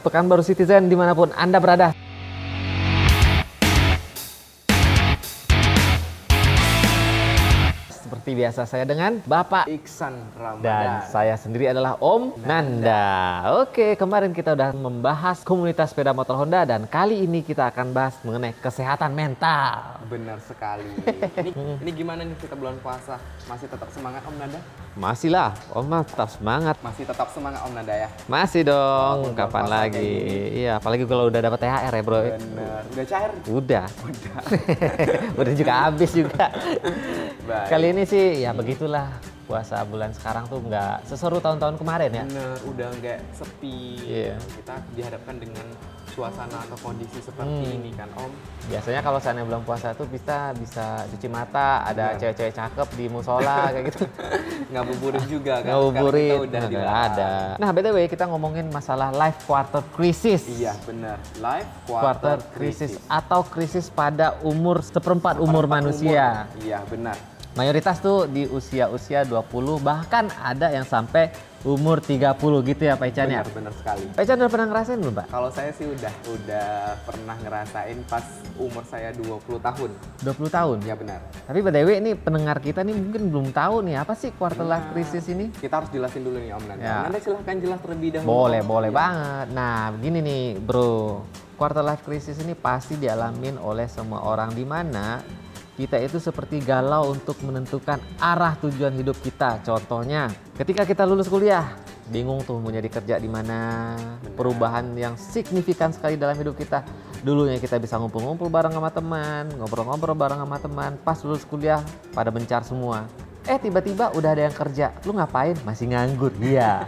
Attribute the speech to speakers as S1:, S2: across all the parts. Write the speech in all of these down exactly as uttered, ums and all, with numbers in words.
S1: Pekanbaru Citizen dimanapun Anda berada. Seperti biasa saya dengan Bapak
S2: Iksan Ramadan.
S1: dan saya sendiri adalah Om Nanda. Oke, kemarin kita udah membahas komunitas sepeda motor Honda dan kali ini kita akan bahas mengenai kesehatan mental.
S2: Benar sekali. Ini, ini gimana nih kita bulan puasa? Masih tetap semangat Om Nanda?
S1: Masih lah, Om mah tetap semangat.
S2: Masih tetap semangat Om Nanda ya?
S1: Masih dong,
S2: Walaupun
S1: kapan
S2: bulan puasa
S1: lagi?
S2: kayak
S1: Iya, apalagi kalau udah dapat T H R ya bro.
S2: Bener. Udah cair?
S1: Udah.
S2: Udah.
S1: Udah juga habis juga.
S2: Baik.
S1: Kali ini sih ya begitulah, puasa bulan sekarang tuh nggak seseru tahun-tahun kemarin ya.
S2: Bener, udah nggak sepi.
S1: Iya.
S2: Kita dihadapkan dengan suasana atau kondisi seperti
S1: Hmm.
S2: ini kan Om.
S1: Biasanya kalau saatnya bulan puasa tuh bisa bisa cuci mata, ada
S2: Bener.
S1: cewek-cewek cakep di musola kayak gitu.
S2: Ngabuburit juga kan?
S1: Ngabuburit,
S2: Sekarang kita udah
S1: nggak
S2: dilarang.
S1: ada. Nah B T W kita ngomongin masalah life quarter crisis.
S2: Iya benar. Life
S1: Quarter
S2: quarter,
S1: crisis
S2: crisis.
S1: atau krisis pada umur seperempat umur
S2: Seperempat
S1: manusia.
S2: umur. Iya benar.
S1: Mayoritas tuh di usia-usia dua puluh, bahkan ada yang sampai umur tiga puluh gitu ya Pak Ican ya?
S2: Benar, benar sekali.
S1: Pak Ican udah pernah ngerasain belum Pak?
S2: Kalau saya sih udah udah pernah ngerasain pas umur saya dua puluh tahun.
S1: dua puluh tahun?
S2: Ya benar.
S1: Tapi B T W ini pendengar kita nih mungkin belum tahu nih apa sih quarter life crisis ini?
S2: Kita harus jelasin dulu nih Om Nanda.
S1: Ya.
S2: Om Nanda silahkan jelas terlebih dahulu.
S1: Boleh,
S2: Om.
S1: boleh
S2: Iya.
S1: banget. Nah begini nih bro, quarter life crisis ini pasti dialamin oleh semua orang, di mana kita itu seperti galau untuk menentukan arah tujuan hidup kita. Contohnya, ketika kita lulus kuliah, bingung tuh mau nyari kerja di mana. Perubahan yang signifikan sekali dalam hidup kita. Dulunya kita bisa ngumpul-ngumpul bareng sama teman, ngobrol-ngobrol bareng sama teman. Pas lulus kuliah, pada bencar semua. Eh tiba-tiba udah ada yang kerja. Lu ngapain? Masih nganggur. Iya.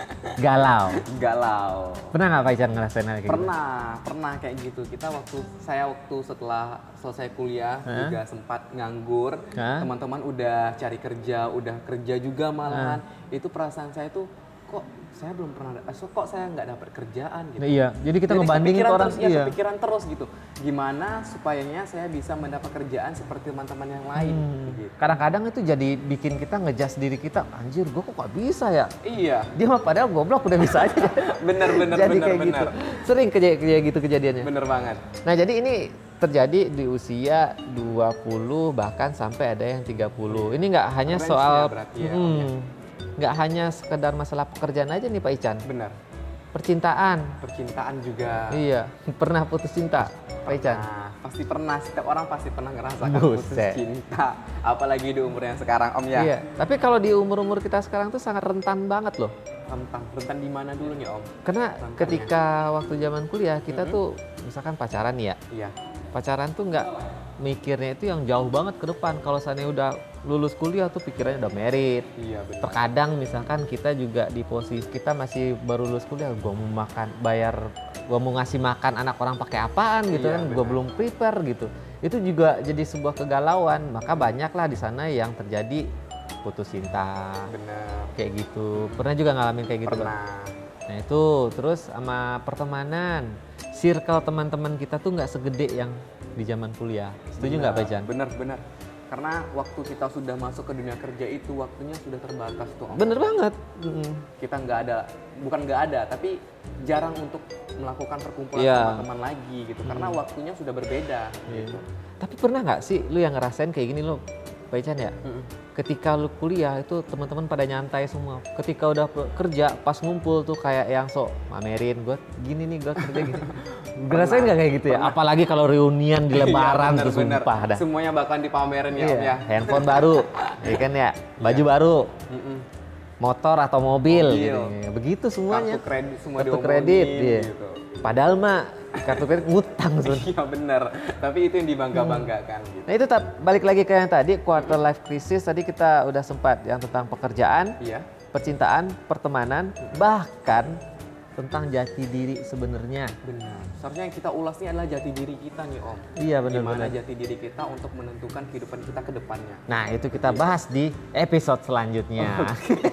S1: Galau.
S2: Galau.
S1: Pernah nggak Pak Ican ngerasain hal kayak gitu?
S2: Pernah, pernah kayak gitu. Kita waktu saya waktu setelah selesai kuliah
S1: Hah?
S2: juga sempat nganggur.
S1: Hah?
S2: Teman-teman udah cari kerja, udah kerja juga malahan. Itu perasaan saya tuh kok saya belum pernah, eh, so, kok saya nggak dapat kerjaan gitu.
S1: Nah, iya, jadi kita
S2: Jadi
S1: ngebandingin
S2: kepikiran
S1: orang.
S2: terus, ya,
S1: Iya.
S2: kepikiran terus gitu. Gimana supayanya saya bisa mendapat kerjaan seperti teman-teman yang lain.
S1: Hmm.
S2: Gitu.
S1: Kadang-kadang itu jadi bikin kita ngejudge diri kita, anjir gue kok gak bisa ya?
S2: Iya,
S1: Dia mah padahal goblok udah bisa aja.
S2: bener bener
S1: jadi
S2: bener
S1: kayak
S2: bener.
S1: gitu. Sering kayak kayak gitu kejadiannya.
S2: Bener banget.
S1: Nah jadi ini terjadi di usia dua puluh bahkan sampai ada yang tiga puluh. Ini nggak hanya
S2: Range-nya
S1: soal,
S2: berarti ya,
S1: hmm,
S2: Om, ya.
S1: nggak hanya sekedar masalah pekerjaan aja nih Pak Ican.
S2: Bener.
S1: Percintaan.
S2: Percintaan juga.
S1: Iya, pernah putus cinta Pak Ican.
S2: Nah, pasti pernah, setiap orang pasti pernah ngerasakan
S1: Buset.
S2: putus cinta. Apalagi di umur yang sekarang Om ya.
S1: Iya, tapi kalau di umur-umur kita sekarang tuh sangat rentan banget loh.
S2: Rentan, rentan di mana dulu nih Om?
S1: Karena
S2: Rentannya.
S1: ketika waktu zaman kuliah kita
S2: Mhm.
S1: tuh misalkan pacaran ya,
S2: Iya.
S1: pacaran tuh nggak mikirnya itu yang jauh banget ke depan. Kalau seandainya udah lulus kuliah tuh pikirannya udah merit.
S2: Iya benar.
S1: Terkadang misalkan kita juga di posisi kita masih baru lulus kuliah, gua mau makan, bayar, gua mau ngasih makan anak orang pakai apaan gitu
S2: Iya,
S1: kan, gua
S2: benar.
S1: belum prepare gitu. Itu juga jadi sebuah kegalauan. Maka banyaklah di sana yang terjadi putus cinta
S2: Bener.
S1: kayak gitu. Pernah juga ngalamin kayak gitu Bang?
S2: Pernah.
S1: Nah itu terus sama pertemanan, circle teman-teman kita tuh nggak segede yang di zaman kuliah. Setuju nggak Pak Ican?
S2: Bener bener. Karena waktu kita sudah masuk ke dunia kerja itu waktunya sudah terbatas tuh Om.
S1: Bener banget. Mm.
S2: Kita nggak ada, bukan nggak ada, tapi jarang untuk melakukan perkumpulan
S1: Iya.
S2: sama teman lagi gitu. Karena waktunya sudah berbeda. Gitu.
S1: Tapi pernah nggak sih lu yang ngerasain kayak gini lo, Pak Ican ya?
S2: Mm-mm.
S1: Ketika lu kuliah itu teman-teman pada nyantai semua. Ketika udah pe- kerja pas ngumpul tuh kayak yang sok mamerin, gue gini nih gue kerja gini. Ngerasain nggak kayak gitu ya? Apalagi kalau reunian di lebaran
S2: Iya,
S1: tuh
S2: bener-bener.
S1: sumpah dah.
S2: Semuanya bahkan dipamerin ya
S1: Iya,
S2: Om ya.
S1: handphone baru, ya kan ya, baju baru,
S2: Mm-mm.
S1: motor atau mobil,
S2: Mobil.
S1: gitu. Begitu semuanya.
S2: Kartu kredit semua
S1: Kartu
S2: diomongin,
S1: kredit, iya.
S2: gitu.
S1: Padahal mah kartu kredit ngutang sebenarnya.
S2: Iya bener, tapi itu yang dibangga-banggakan gitu.
S1: Nah itu tak balik lagi ke yang tadi quarter life crisis, tadi kita udah sempat yang tentang pekerjaan,
S2: Iya,
S1: percintaan, pertemanan, bahkan tentang jati diri sebenarnya.
S2: benar. Seharusnya yang kita ulas ini adalah jati diri kita nih Om.
S1: Iya
S2: Gimana
S1: benar-benar.
S2: jati diri kita untuk menentukan kehidupan kita ke depannya.
S1: Nah itu kita bahas di episode selanjutnya.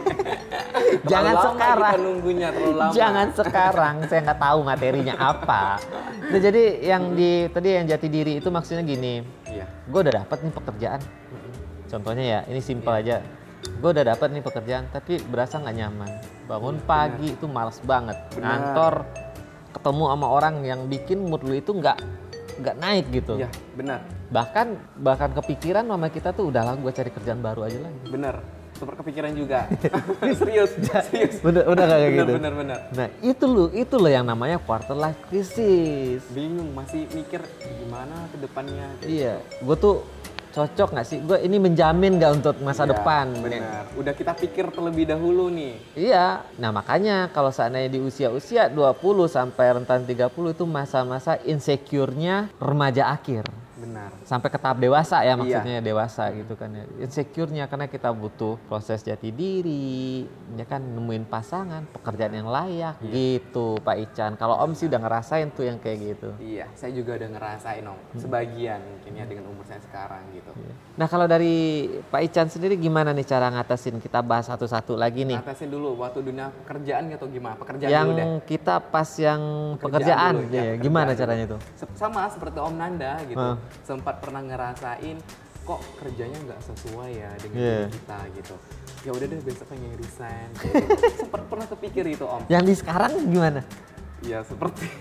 S1: Jangan
S2: Terlalu lama
S1: sekarang.
S2: kita nunggunya terlalu lama.
S1: Jangan sekarang, saya nggak tahu materinya apa. Nah, jadi yang di tadi yang jati diri itu maksudnya gini,
S2: Iya.
S1: gue udah dapat nih pekerjaan. Contohnya ya, ini simpel aja. Gue udah dapat nih pekerjaan, tapi berasa nggak nyaman. Bangun
S2: Iya,
S1: pagi itu males banget.
S2: Benar.
S1: Ngantor ketemu sama orang yang bikin mood lu itu nggak nggak naik gitu.
S2: Iya, benar.
S1: Bahkan bahkan kepikiran sama kita tuh udahlah gue cari kerjaan baru aja lah.
S2: Benar. Super kepikiran juga. Ini serius, serius.
S1: Bener, bener kayak
S2: bener,
S1: gitu.
S2: Bener, bener.
S1: Nah itu loh, itu loh yang namanya quarter life crisis.
S2: Bingung, masih mikir gimana ke depannya.
S1: Iya, gue tuh cocok nggak sih? Gue ini menjamin nggak untuk masa
S2: Iya,
S1: depan?
S2: Benar. Udah kita pikir terlebih dahulu nih.
S1: Iya. Nah makanya kalau seandainya di usia-usia dua puluh sampai rentan tiga puluh itu masa-masa insecure-nya remaja akhir.
S2: Benar.
S1: Sampai ke tahap dewasa ya, maksudnya
S2: Iya.
S1: dewasa gitu kan ya. Insecure-nya karena kita butuh proses jati diri, ya kan, nemuin pasangan, pekerjaan yang layak gitu Pak Ican. Kalau Om sih udah ngerasain tuh yang kayak gitu.
S2: Iya, saya juga udah ngerasain Om. Sebagian mungkin ya dengan umur saya sekarang gitu.
S1: Nah kalau dari Pak Ican sendiri gimana nih cara ngatasin? Kita bahas satu-satu lagi nih.
S2: Ngatasin dulu waktu dunia pekerjaan atau gimana? Pekerjaan
S1: Yang
S2: dulu deh.
S1: kita pas yang
S2: Pekerjaan
S1: pekerjaan,
S2: dulu, ya,
S1: ya,
S2: pekerjaan
S1: gimana
S2: dulu.
S1: caranya tuh?
S2: Se- Sama seperti Om Nanda gitu.
S1: Hah.
S2: Sempat pernah ngerasain kok kerjanya nggak sesuai ya dengan
S1: Iya.
S2: diri kita gitu. Ya udah deh besok pengen resign. Sempat pernah kepikir itu Om.
S1: Yang di sekarang gimana?
S2: Ya seperti.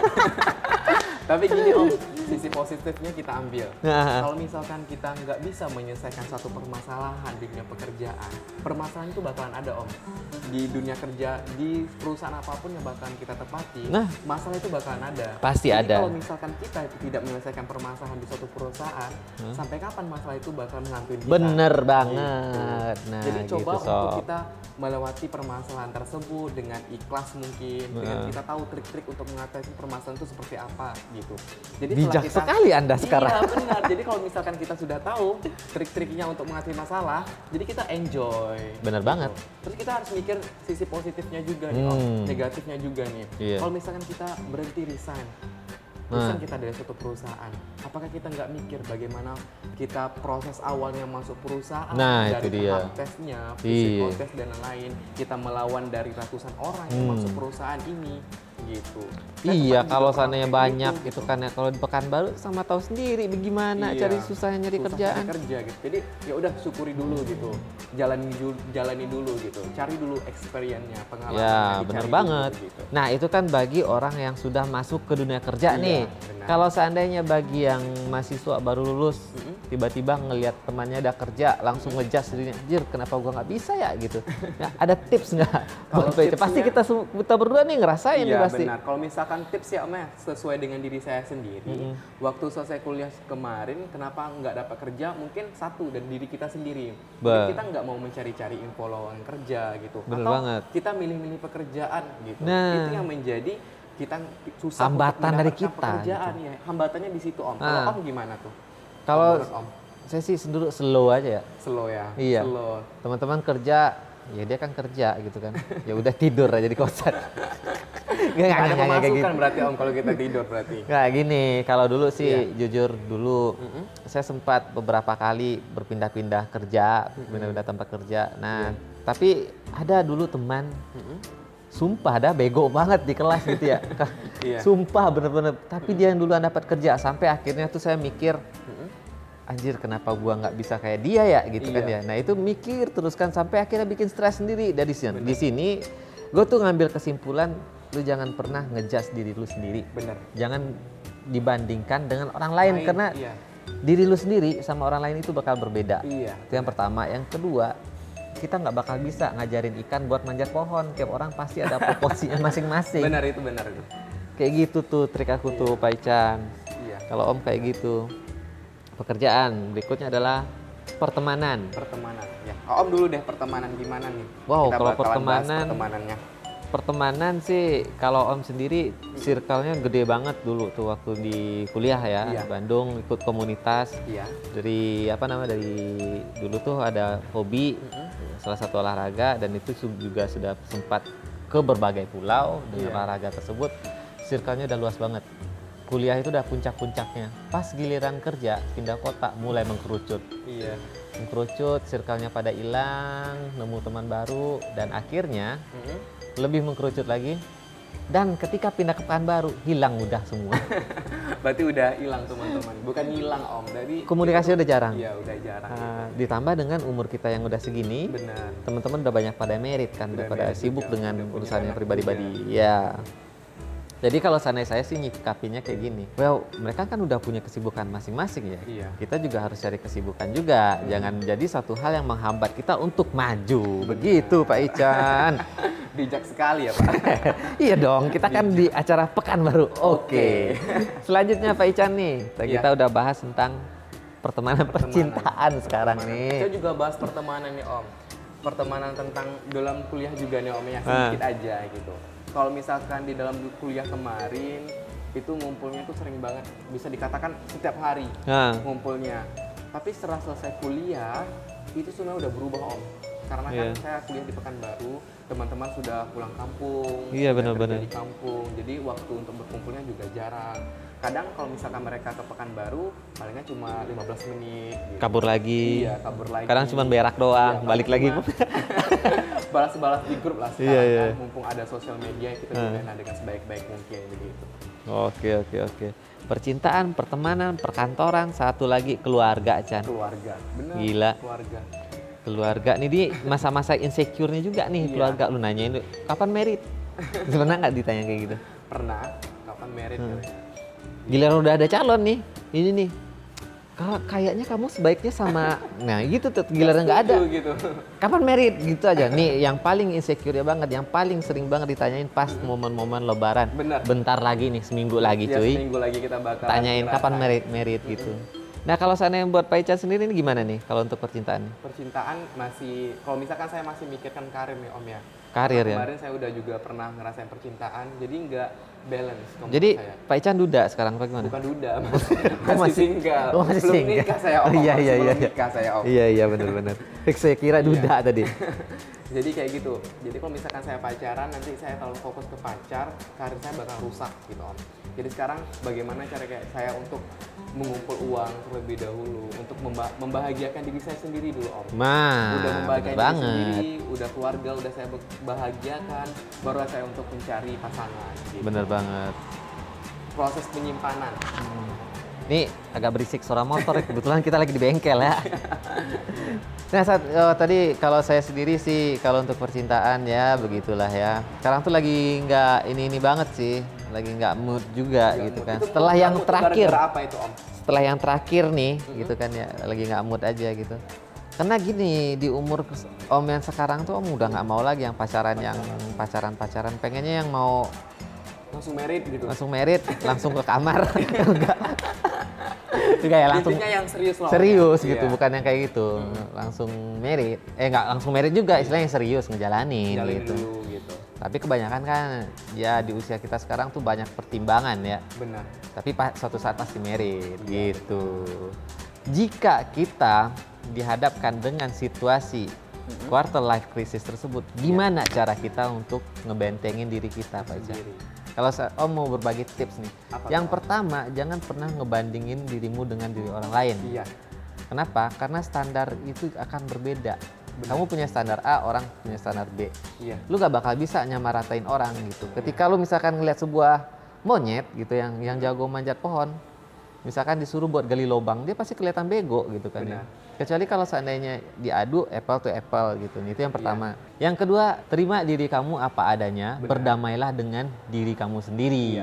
S2: Tapi gini Om, sisi positifnya kita ambil.
S1: Nah.
S2: Kalau misalkan kita nggak bisa menyelesaikan satu permasalahan di dunia pekerjaan, permasalahan itu bakalan ada Om. Di dunia kerja, di perusahaan apapun yang bakalan kita tepati,
S1: Nah.
S2: masalah itu bakalan ada.
S1: Pasti
S2: Jadi
S1: ada.
S2: kalau misalkan kita itu tidak menyelesaikan permasalahan di suatu perusahaan, sampai kapan masalah itu bakal menghantui kita?
S1: Bener
S2: Gitu.
S1: banget. Nah,
S2: Jadi coba
S1: gitu,
S2: untuk
S1: Sob.
S2: kita melewati permasalahan tersebut dengan ikhlas mungkin, dengan
S1: Nah.
S2: kita tahu trik-trik untuk mengatasi permasalahan itu seperti apa gitu. Jadi
S1: Bijak
S2: setelah kita,
S1: sekali Anda sekarang.
S2: Iya benar. Jadi kalau misalkan kita sudah tahu trik-triknya untuk mengatasi masalah, jadi kita enjoy.
S1: Bener
S2: gitu.
S1: banget.
S2: Terus kita harus mikir sisi positifnya juga nih, Om.
S1: Hmm.
S2: Negatifnya juga nih.
S1: Iya.
S2: Kalau misalkan kita berhenti resign,
S1: Nah.
S2: resign kita dari suatu perusahaan, apakah kita nggak mikir bagaimana kita proses awalnya masuk perusahaan,
S1: Nah,
S2: dari
S1: itu dia.
S2: tahap tesnya, physical
S1: Iya.
S2: test dan lain-lain, kita melawan dari ratusan orang yang
S1: Hmm.
S2: masuk perusahaan ini, gitu. Saya
S1: Iya,
S2: sempat juga
S1: kalau
S2: pernah
S1: seandainya
S2: kayak
S1: banyak
S2: gitu,
S1: itu kan ya, kalau di Pekanbaru sama tahu sendiri bagaimana
S2: Iya,
S1: cari susahnya nyari
S2: susah
S1: kerjaan.
S2: cari kerja gitu. Jadi ya udah syukuri dulu gitu, jalani dulu, jalani dulu gitu, cari dulu experience-nya, pengalamannya.
S1: Ya,
S2: dicari
S1: bener
S2: dulu,
S1: banget.
S2: gitu.
S1: Nah, itu kan bagi orang yang sudah masuk ke dunia kerja
S2: Iya,
S1: nih.
S2: benar.
S1: Kalau seandainya bagi yang mahasiswa baru lulus,
S2: Mm-mm.
S1: tiba-tiba ngelihat temannya ada kerja, langsung ngejudge dirinya, "Jir, kenapa gua nggak bisa ya?" gitu. Nah, ada tips nggak?
S2: Kalau
S1: buat Pak Ica? Pasti
S2: tipsnya-
S1: kita sem- kita berdua nih ngerasain nih
S2: Iya
S1: pasti.
S2: benar. Kalau misalkan tips ya Om ya, sesuai dengan diri saya sendiri.
S1: Mm-mm.
S2: Waktu selesai kuliah kemarin, kenapa nggak dapat kerja? Mungkin satu dari diri kita sendiri.
S1: Ba-
S2: Mungkin kita nggak mau mencari-cari info lowongan kerja gitu.
S1: Bener
S2: Atau
S1: banget.
S2: kita milih-milih pekerjaan gitu.
S1: Nah.
S2: Itu yang menjadi kita susah untuk
S1: Hambatan dari
S2: mendapatkan
S1: kita,
S2: pekerjaan ya. Hambatannya di situ Om. Kalau
S1: Ah.
S2: Om gimana tuh?
S1: Kalau
S2: Menurut Om
S1: saya sih dulu slow aja ya.
S2: slow ya.
S1: Iya.
S2: Slow.
S1: Teman-teman kerja, ya dia kan kerja gitu kan. Ya udah tidur aja di kosan. Nggak, nggak,
S2: Ada
S1: nggak, nggak, kayak
S2: pemasukan
S1: gitu.
S2: berarti Om kalau kita tidur berarti.
S1: Nggak gini, kalau dulu sih
S2: Iya.
S1: jujur dulu
S2: Mm-mm.
S1: saya sempat beberapa kali berpindah-pindah kerja, pindah-pindah tempat kerja. Nah, tapi ada dulu teman,
S2: Mm-mm.
S1: sumpah dah bego banget di kelas gitu ya.
S2: Iya.
S1: Sumpah bener-bener. Tapi dia yang duluan dapat kerja, sampai akhirnya tuh saya mikir,
S2: Mm-mm.
S1: anjir kenapa gua nggak bisa kayak dia ya gitu kan
S2: Iya.
S1: ya. Nah itu mikir terus kan sampai akhirnya bikin stres sendiri. Dari sini, di sini gue tuh ngambil kesimpulan, lu jangan pernah ngejudge diri lu sendiri.
S2: Bener.
S1: Jangan dibandingkan dengan orang lain,
S2: Lain,
S1: karena
S2: iya.
S1: diri lu sendiri sama orang lain itu bakal berbeda.
S2: Iya.
S1: Itu yang pertama. Yang kedua, kita nggak bakal bisa ngajarin ikan buat manjat pohon. Tiap orang pasti ada proporsinya masing-masing.
S2: Benar itu benar itu.
S1: Kayak gitu tuh trik aku tuh Pak Ican.
S2: Iya.
S1: Kalau Om kayak gitu. Pekerjaan berikutnya adalah pertemanan.
S2: Pertemanan ya. Oh, Om dulu deh pertemanan gimana nih?
S1: Wow,
S2: Kita
S1: kalau
S2: bakalan bahas
S1: pertemanan-
S2: pertemanannya.
S1: Pertemanan sih kalau Om sendiri circle-nya gede banget dulu tuh waktu di kuliah ya,
S2: Iya.
S1: di Bandung ikut komunitas.
S2: Iya.
S1: Dari apa namanya, dari dulu tuh ada hobi, salah satu olahraga, dan itu su- juga sudah sempat ke berbagai pulau dengan
S2: Iya.
S1: olahraga tersebut. Circle-nya udah luas banget. Kuliah itu udah puncak-puncaknya. Pas giliran kerja pindah kota mulai mengkerucut.
S2: Iya.
S1: Mengkerucut, circle-nya pada hilang, nemu teman baru, dan akhirnya
S2: Mm-mm.
S1: lebih mengkerucut lagi. Dan ketika pindah ke Pekanbaru, hilang udah semua.
S2: Berarti udah hilang teman-teman. Bukan hilang Om. Dari
S1: Komunikasi udah jarang.
S2: Iya, udah jarang.
S1: Nah, ditambah dengan umur kita yang udah segini,
S2: Benar.
S1: teman-teman udah banyak pada merit kan, udah
S2: Udah
S1: pada
S2: merit
S1: sibuk
S2: juga,
S1: dengan
S2: udah punya
S1: urusannya
S2: anak
S1: pribadi-pribadi. Ya. Jadi kalau seandainya saya sih nyikapinya kayak gini, well mereka kan udah punya kesibukan masing-masing ya.
S2: Iya.
S1: Kita juga harus cari kesibukan juga. Jangan jadi satu hal yang menghambat kita untuk maju. Begitu Pak Ican.
S2: Bijak sekali ya Pak.
S1: Iya dong, kita kan di acara Pekanbaru. Oke. Selanjutnya Pak Ican nih, kita
S2: Iya.
S1: udah bahas tentang pertemanan, percintaan sekarang nih.
S2: Saya juga bahas pertemanan nih Om. Pertemanan tentang dalam kuliah juga nih Om ya, sedikit aja gitu. Kalau misalkan di dalam kuliah kemarin itu ngumpulnya tuh sering banget, bisa dikatakan setiap hari
S1: Nah.
S2: ngumpulnya. Tapi setelah selesai kuliah itu sebenarnya udah berubah Om. Karena kan
S1: Iya.
S2: saya kuliah di Pekanbaru, teman-teman sudah pulang kampung,
S1: Iya,
S2: sudah
S1: benar-benar.
S2: kerja di kampung, jadi waktu untuk berkumpulnya juga jarang. Kadang kalau misalkan mereka ke Pekanbaru, palingnya cuma lima belas menit. Gitu.
S1: Kabur lagi.
S2: Iya, kabur lagi.
S1: Kadang cuma berak doang,
S2: Iya,
S1: balik
S2: paling
S1: lagi.
S2: cuma balas-balas di grup lah sekarang
S1: Iya, iya.
S2: kan, mumpung ada sosial media kita gunakan dengan sebaik-baik mungkin begitu.
S1: Oke, oke, oke. Percintaan, pertemanan, perkantoran, satu lagi keluarga, Chan.
S2: Keluarga, bener.
S1: Gila.
S2: Keluarga.
S1: Keluarga nih di masa-masa insecure-nya juga nih
S2: Iya.
S1: keluarga. Lu nanyain, kapan married? Pernah nggak ditanya kayak gitu?
S2: Pernah, kapan married
S1: Hmm.
S2: katanya.
S1: Giliran udah ada calon nih, ini nih. Kalau kayaknya kamu sebaiknya sama, nah gitu tuh giliran nggak ada.
S2: Setuju gitu.
S1: Kapan married? Gitu aja. Nih yang paling insecure ya banget, yang paling sering banget ditanyain pas momen-momen lebaran.
S2: Bener.
S1: Bentar lagi nih, seminggu lagi
S2: Ya,
S1: cuy.
S2: seminggu lagi kita bakal
S1: Tanyain kapan married, married gitu. Nah kalau seandainya buat Pak Ican sendiri ini gimana nih kalau untuk percintaan?
S2: Percintaan masih, kalau misalkan saya masih mikirkan karir nih Om ya.
S1: Karir
S2: Karena
S1: ya?
S2: Kemarin saya udah juga pernah ngerasain percintaan, jadi nggak balance menurut
S1: Jadi
S2: saya.
S1: Pak Ican duda sekarang apa gimana?
S2: Bukan duda,
S1: Oh,
S2: masih,
S1: masih-
S2: single.
S1: oh, masih
S2: Belum
S1: single.
S2: nikah saya Om.
S1: Oh, iya, iya,
S2: Belum
S1: iya.
S2: nikah saya Om.
S1: Iya iya benar-benar. Fix saya kira duda tadi.
S2: Jadi kayak gitu. Jadi kalau misalkan saya pacaran, nanti saya terlalu fokus ke pacar, karir saya bakal rusak gitu Om. Jadi sekarang bagaimana cara kayak saya untuk mengumpul uang terlebih dahulu, untuk memba- membahagiakan diri saya sendiri dulu Om.
S1: Mah,
S2: Udah
S1: bener
S2: membahagiakan diri
S1: banget.
S2: sendiri, udah keluarga, udah saya bahagiakan, baru saya untuk mencari pasangan. Gitu.
S1: Bener banget.
S2: Proses penyimpanan.
S1: Ini agak berisik suara motor ya, kebetulan kita lagi di bengkel ya. Nah saat, oh, tadi kalau saya sendiri sih kalau untuk percintaan ya begitulah ya. Sekarang tuh lagi nggak ini ini banget sih, lagi nggak mood juga
S2: Nggak
S1: gitu
S2: mood.
S1: kan.
S2: Itu
S1: Setelah yang
S2: mood
S1: terakhir,
S2: gara-gara apa itu Om?
S1: setelah yang terakhir nih gitu kan ya, lagi nggak mood aja gitu. Karena gini di umur kes- Om yang sekarang tuh Om udah nggak mau lagi yang pacaran yang pacaran pacaran, pengennya yang mau
S2: Langsung married gitu.
S1: langsung married, langsung ke kamar. Enggak. Juga ya langsung
S2: Intinya yang serius lah Om,
S1: serius
S2: ya.
S1: gitu,
S2: Iya.
S1: bukan yang kayak gitu. Langsung married. Eh enggak langsung married juga, istilahnya yang serius ngejalanin
S2: Jalin
S1: gitu.
S2: dulu gitu.
S1: Tapi kebanyakan kan ya di usia kita sekarang tuh banyak pertimbangan ya.
S2: Benar.
S1: Tapi pa- suatu saat pasti married gitu. Jika kita dihadapkan dengan situasi quarter life crisis tersebut, gimana cara kita untuk ngebentengin diri kita Pak Ica?
S2: Sendiri.
S1: Kalau saya Om mau berbagi tips nih.
S2: Apa
S1: Yang
S2: tuh?
S1: pertama, jangan pernah ngebandingin dirimu dengan diri orang lain.
S2: Iya.
S1: Kenapa? Karena standar itu akan berbeda. Kamu punya standar A, orang punya standar B.
S2: Iya.
S1: Lu gak bakal bisa nyamaratain orang gitu. Ketika lu misalkan ngeliat sebuah monyet gitu yang yang jago manjat pohon, misalkan disuruh buat gali lubang, dia pasti kelihatan bego gitu kan ya.
S2: Benar.
S1: Kecuali kalau seandainya diadu apple to apple gitu. Itu yang pertama.
S2: Iya.
S1: Yang kedua, terima diri kamu apa adanya,
S2: Benar.
S1: berdamailah dengan diri kamu sendiri.
S2: Iya.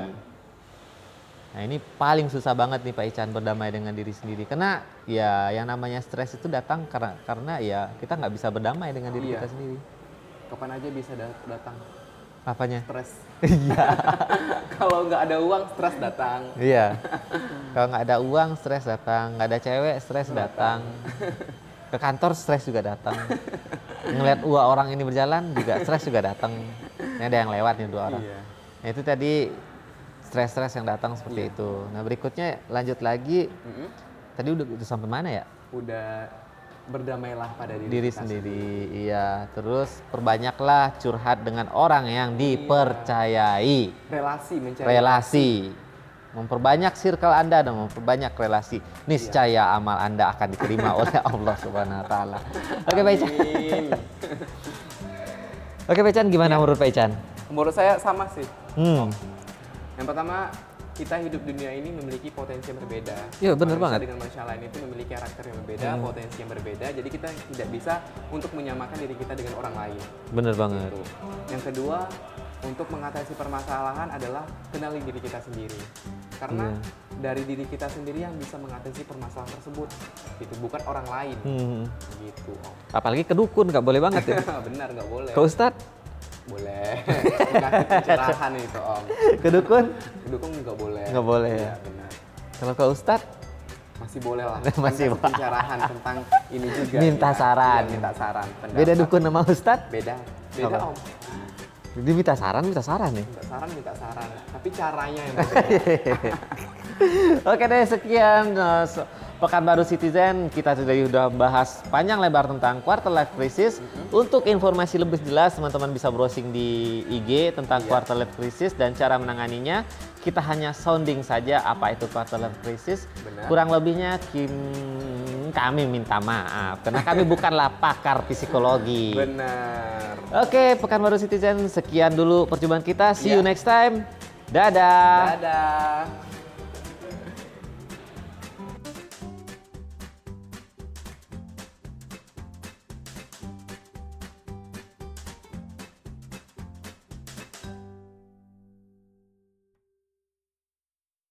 S1: Nah ini paling susah banget nih Pak Ican, berdamai dengan diri sendiri. Karena ya yang namanya stres itu datang karena karena ya kita nggak bisa berdamai dengan diri
S2: Iya.
S1: kita sendiri.
S2: Kapan aja bisa dat- datang
S1: Apanya?
S2: stres.
S1: Iya.
S2: Kalau nggak ada uang, stres datang.
S1: Iya. Kalau nggak ada uang, stres datang. Nggak ada cewek, stres datang. Ke kantor, stres juga datang. Ngeliat dua orang ini berjalan juga stres juga datang. Ini ada yang lewat nih dua orang.
S2: Iya.
S1: Nah itu tadi stres-stres yang datang seperti
S2: Iya.
S1: itu. Nah berikutnya lanjut lagi.
S2: Mm-mm.
S1: Tadi udah, udah sampai mana ya?
S2: Udah berdamailah pada diri,
S1: Diri
S2: kita
S1: sendiri, iya. Terus perbanyaklah curhat dengan orang yang dipercayai.
S2: Relasi, mencari
S1: Relasi. Memperbanyak circle Anda dan memperbanyak relasi. Niscaya amal Anda akan diterima oleh Allah Subhanahu wa taala. Oke, Pak Ican.
S2: Amin.
S1: Oke, Pak Ican, gimana menurut Pak Ican?
S2: Menurut saya sama sih.
S1: Hmm.
S2: Yang pertama, kita hidup dunia ini memiliki potensi yang berbeda.
S1: Iya, bener
S2: Manusia
S1: banget.
S2: dengan manusia lain itu memiliki karakter yang berbeda,
S1: Hmm.
S2: potensi yang berbeda. Jadi kita tidak bisa untuk menyamakan diri kita dengan orang lain.
S1: Bener banget.
S2: Gitu. Yang kedua, untuk mengatasi permasalahan adalah kenali diri kita sendiri. Karena
S1: Iya.
S2: dari diri kita sendiri yang bisa mengatasi permasalahan tersebut, gitu, bukan orang lain.
S1: Hmm.
S2: Gitu, Om.
S1: Apalagi ke dukun nggak boleh banget ya.
S2: Benar, nggak boleh.
S1: Ke Ustadz,
S2: Boleh. Ngasih pencerahan itu, Om.
S1: ke dukun
S2: Dukung nggak boleh.
S1: nggak boleh
S2: Iya,
S1: ya.
S2: benar.
S1: Kalau ke Ustadz,
S2: Masih boleh lah.
S1: Masih
S2: Kasih
S1: boleh.
S2: pencerahan tentang ini juga.
S1: Minta
S2: ya.
S1: saran.
S2: Iya, minta saran.
S1: beda
S2: pendapat.
S1: dukun sama Ustadz.
S2: Beda. Beda,
S1: Apa?
S2: Om.
S1: Dia minta saran, minta saran nih.
S2: Minta saran, minta saran. Tapi caranya yang beda.
S1: Oke deh, sekian uh, so- Pekanbaru Citizen. Kita sudah sudah bahas panjang lebar tentang quarter life crisis. Untuk informasi lebih jelas, teman-teman bisa browsing di I G tentang
S2: Iya.
S1: quarter life crisis dan cara menanganinya. Kita hanya sounding saja apa itu quarter life crisis.
S2: Benar.
S1: Kurang lebihnya Kim, kami minta maaf karena kami bukanlah pakar psikologi.
S2: Benar.
S1: Oke, Pekanbaru Citizen, sekian dulu perjumpaan kita. See you
S2: Iya.
S1: next time. Dadah.
S2: Dadah.